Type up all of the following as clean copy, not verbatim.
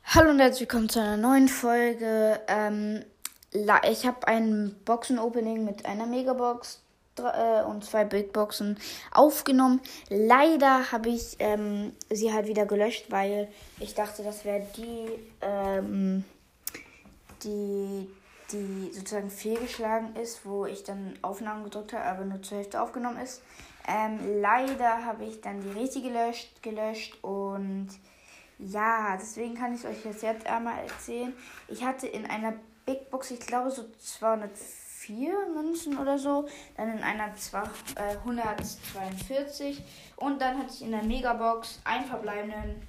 Hallo und herzlich willkommen zu einer neuen Folge. Ich habe ein Boxen-Opening mit einer Megabox und 2 Bigboxen aufgenommen. Leider habe ich sie halt wieder gelöscht, weil ich dachte, das wäre die sozusagen fehlgeschlagen ist, wo ich dann Aufnahmen gedrückt habe, aber nur zur Hälfte aufgenommen ist. Leider habe ich dann die richtige gelöscht und ja, deswegen kann ich es euch jetzt einmal erzählen. Ich hatte in einer Big Box, ich glaube so 204 Münzen oder so, dann in einer 142 und dann hatte ich in der Megabox einen verbleibenden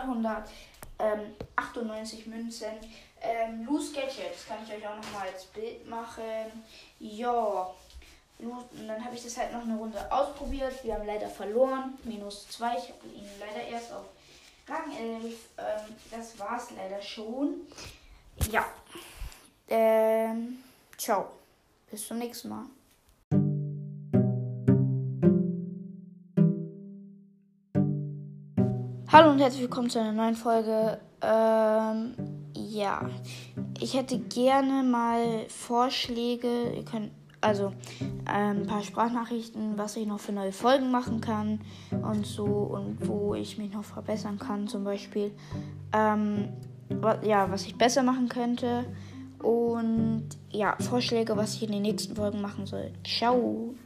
398 Münzen. Loose Gadget, das kann ich euch auch nochmal als Bild machen. Ja, und dann habe ich das halt noch eine Runde ausprobiert. Wir haben leider verloren, -2. Ich habe ihn leider erst auf Rang 11. Das war's leider schon. Ja. Ciao. Bis zum nächsten Mal. Hallo und herzlich willkommen zu einer neuen Folge. Ja. Ich hätte gerne mal Vorschläge. Ihr könnt ein paar Sprachnachrichten, was ich noch für neue Folgen machen kann und so und wo ich mich noch verbessern kann, zum Beispiel. Was ich besser machen könnte und ja, Vorschläge, was ich in den nächsten Folgen machen soll. Ciao!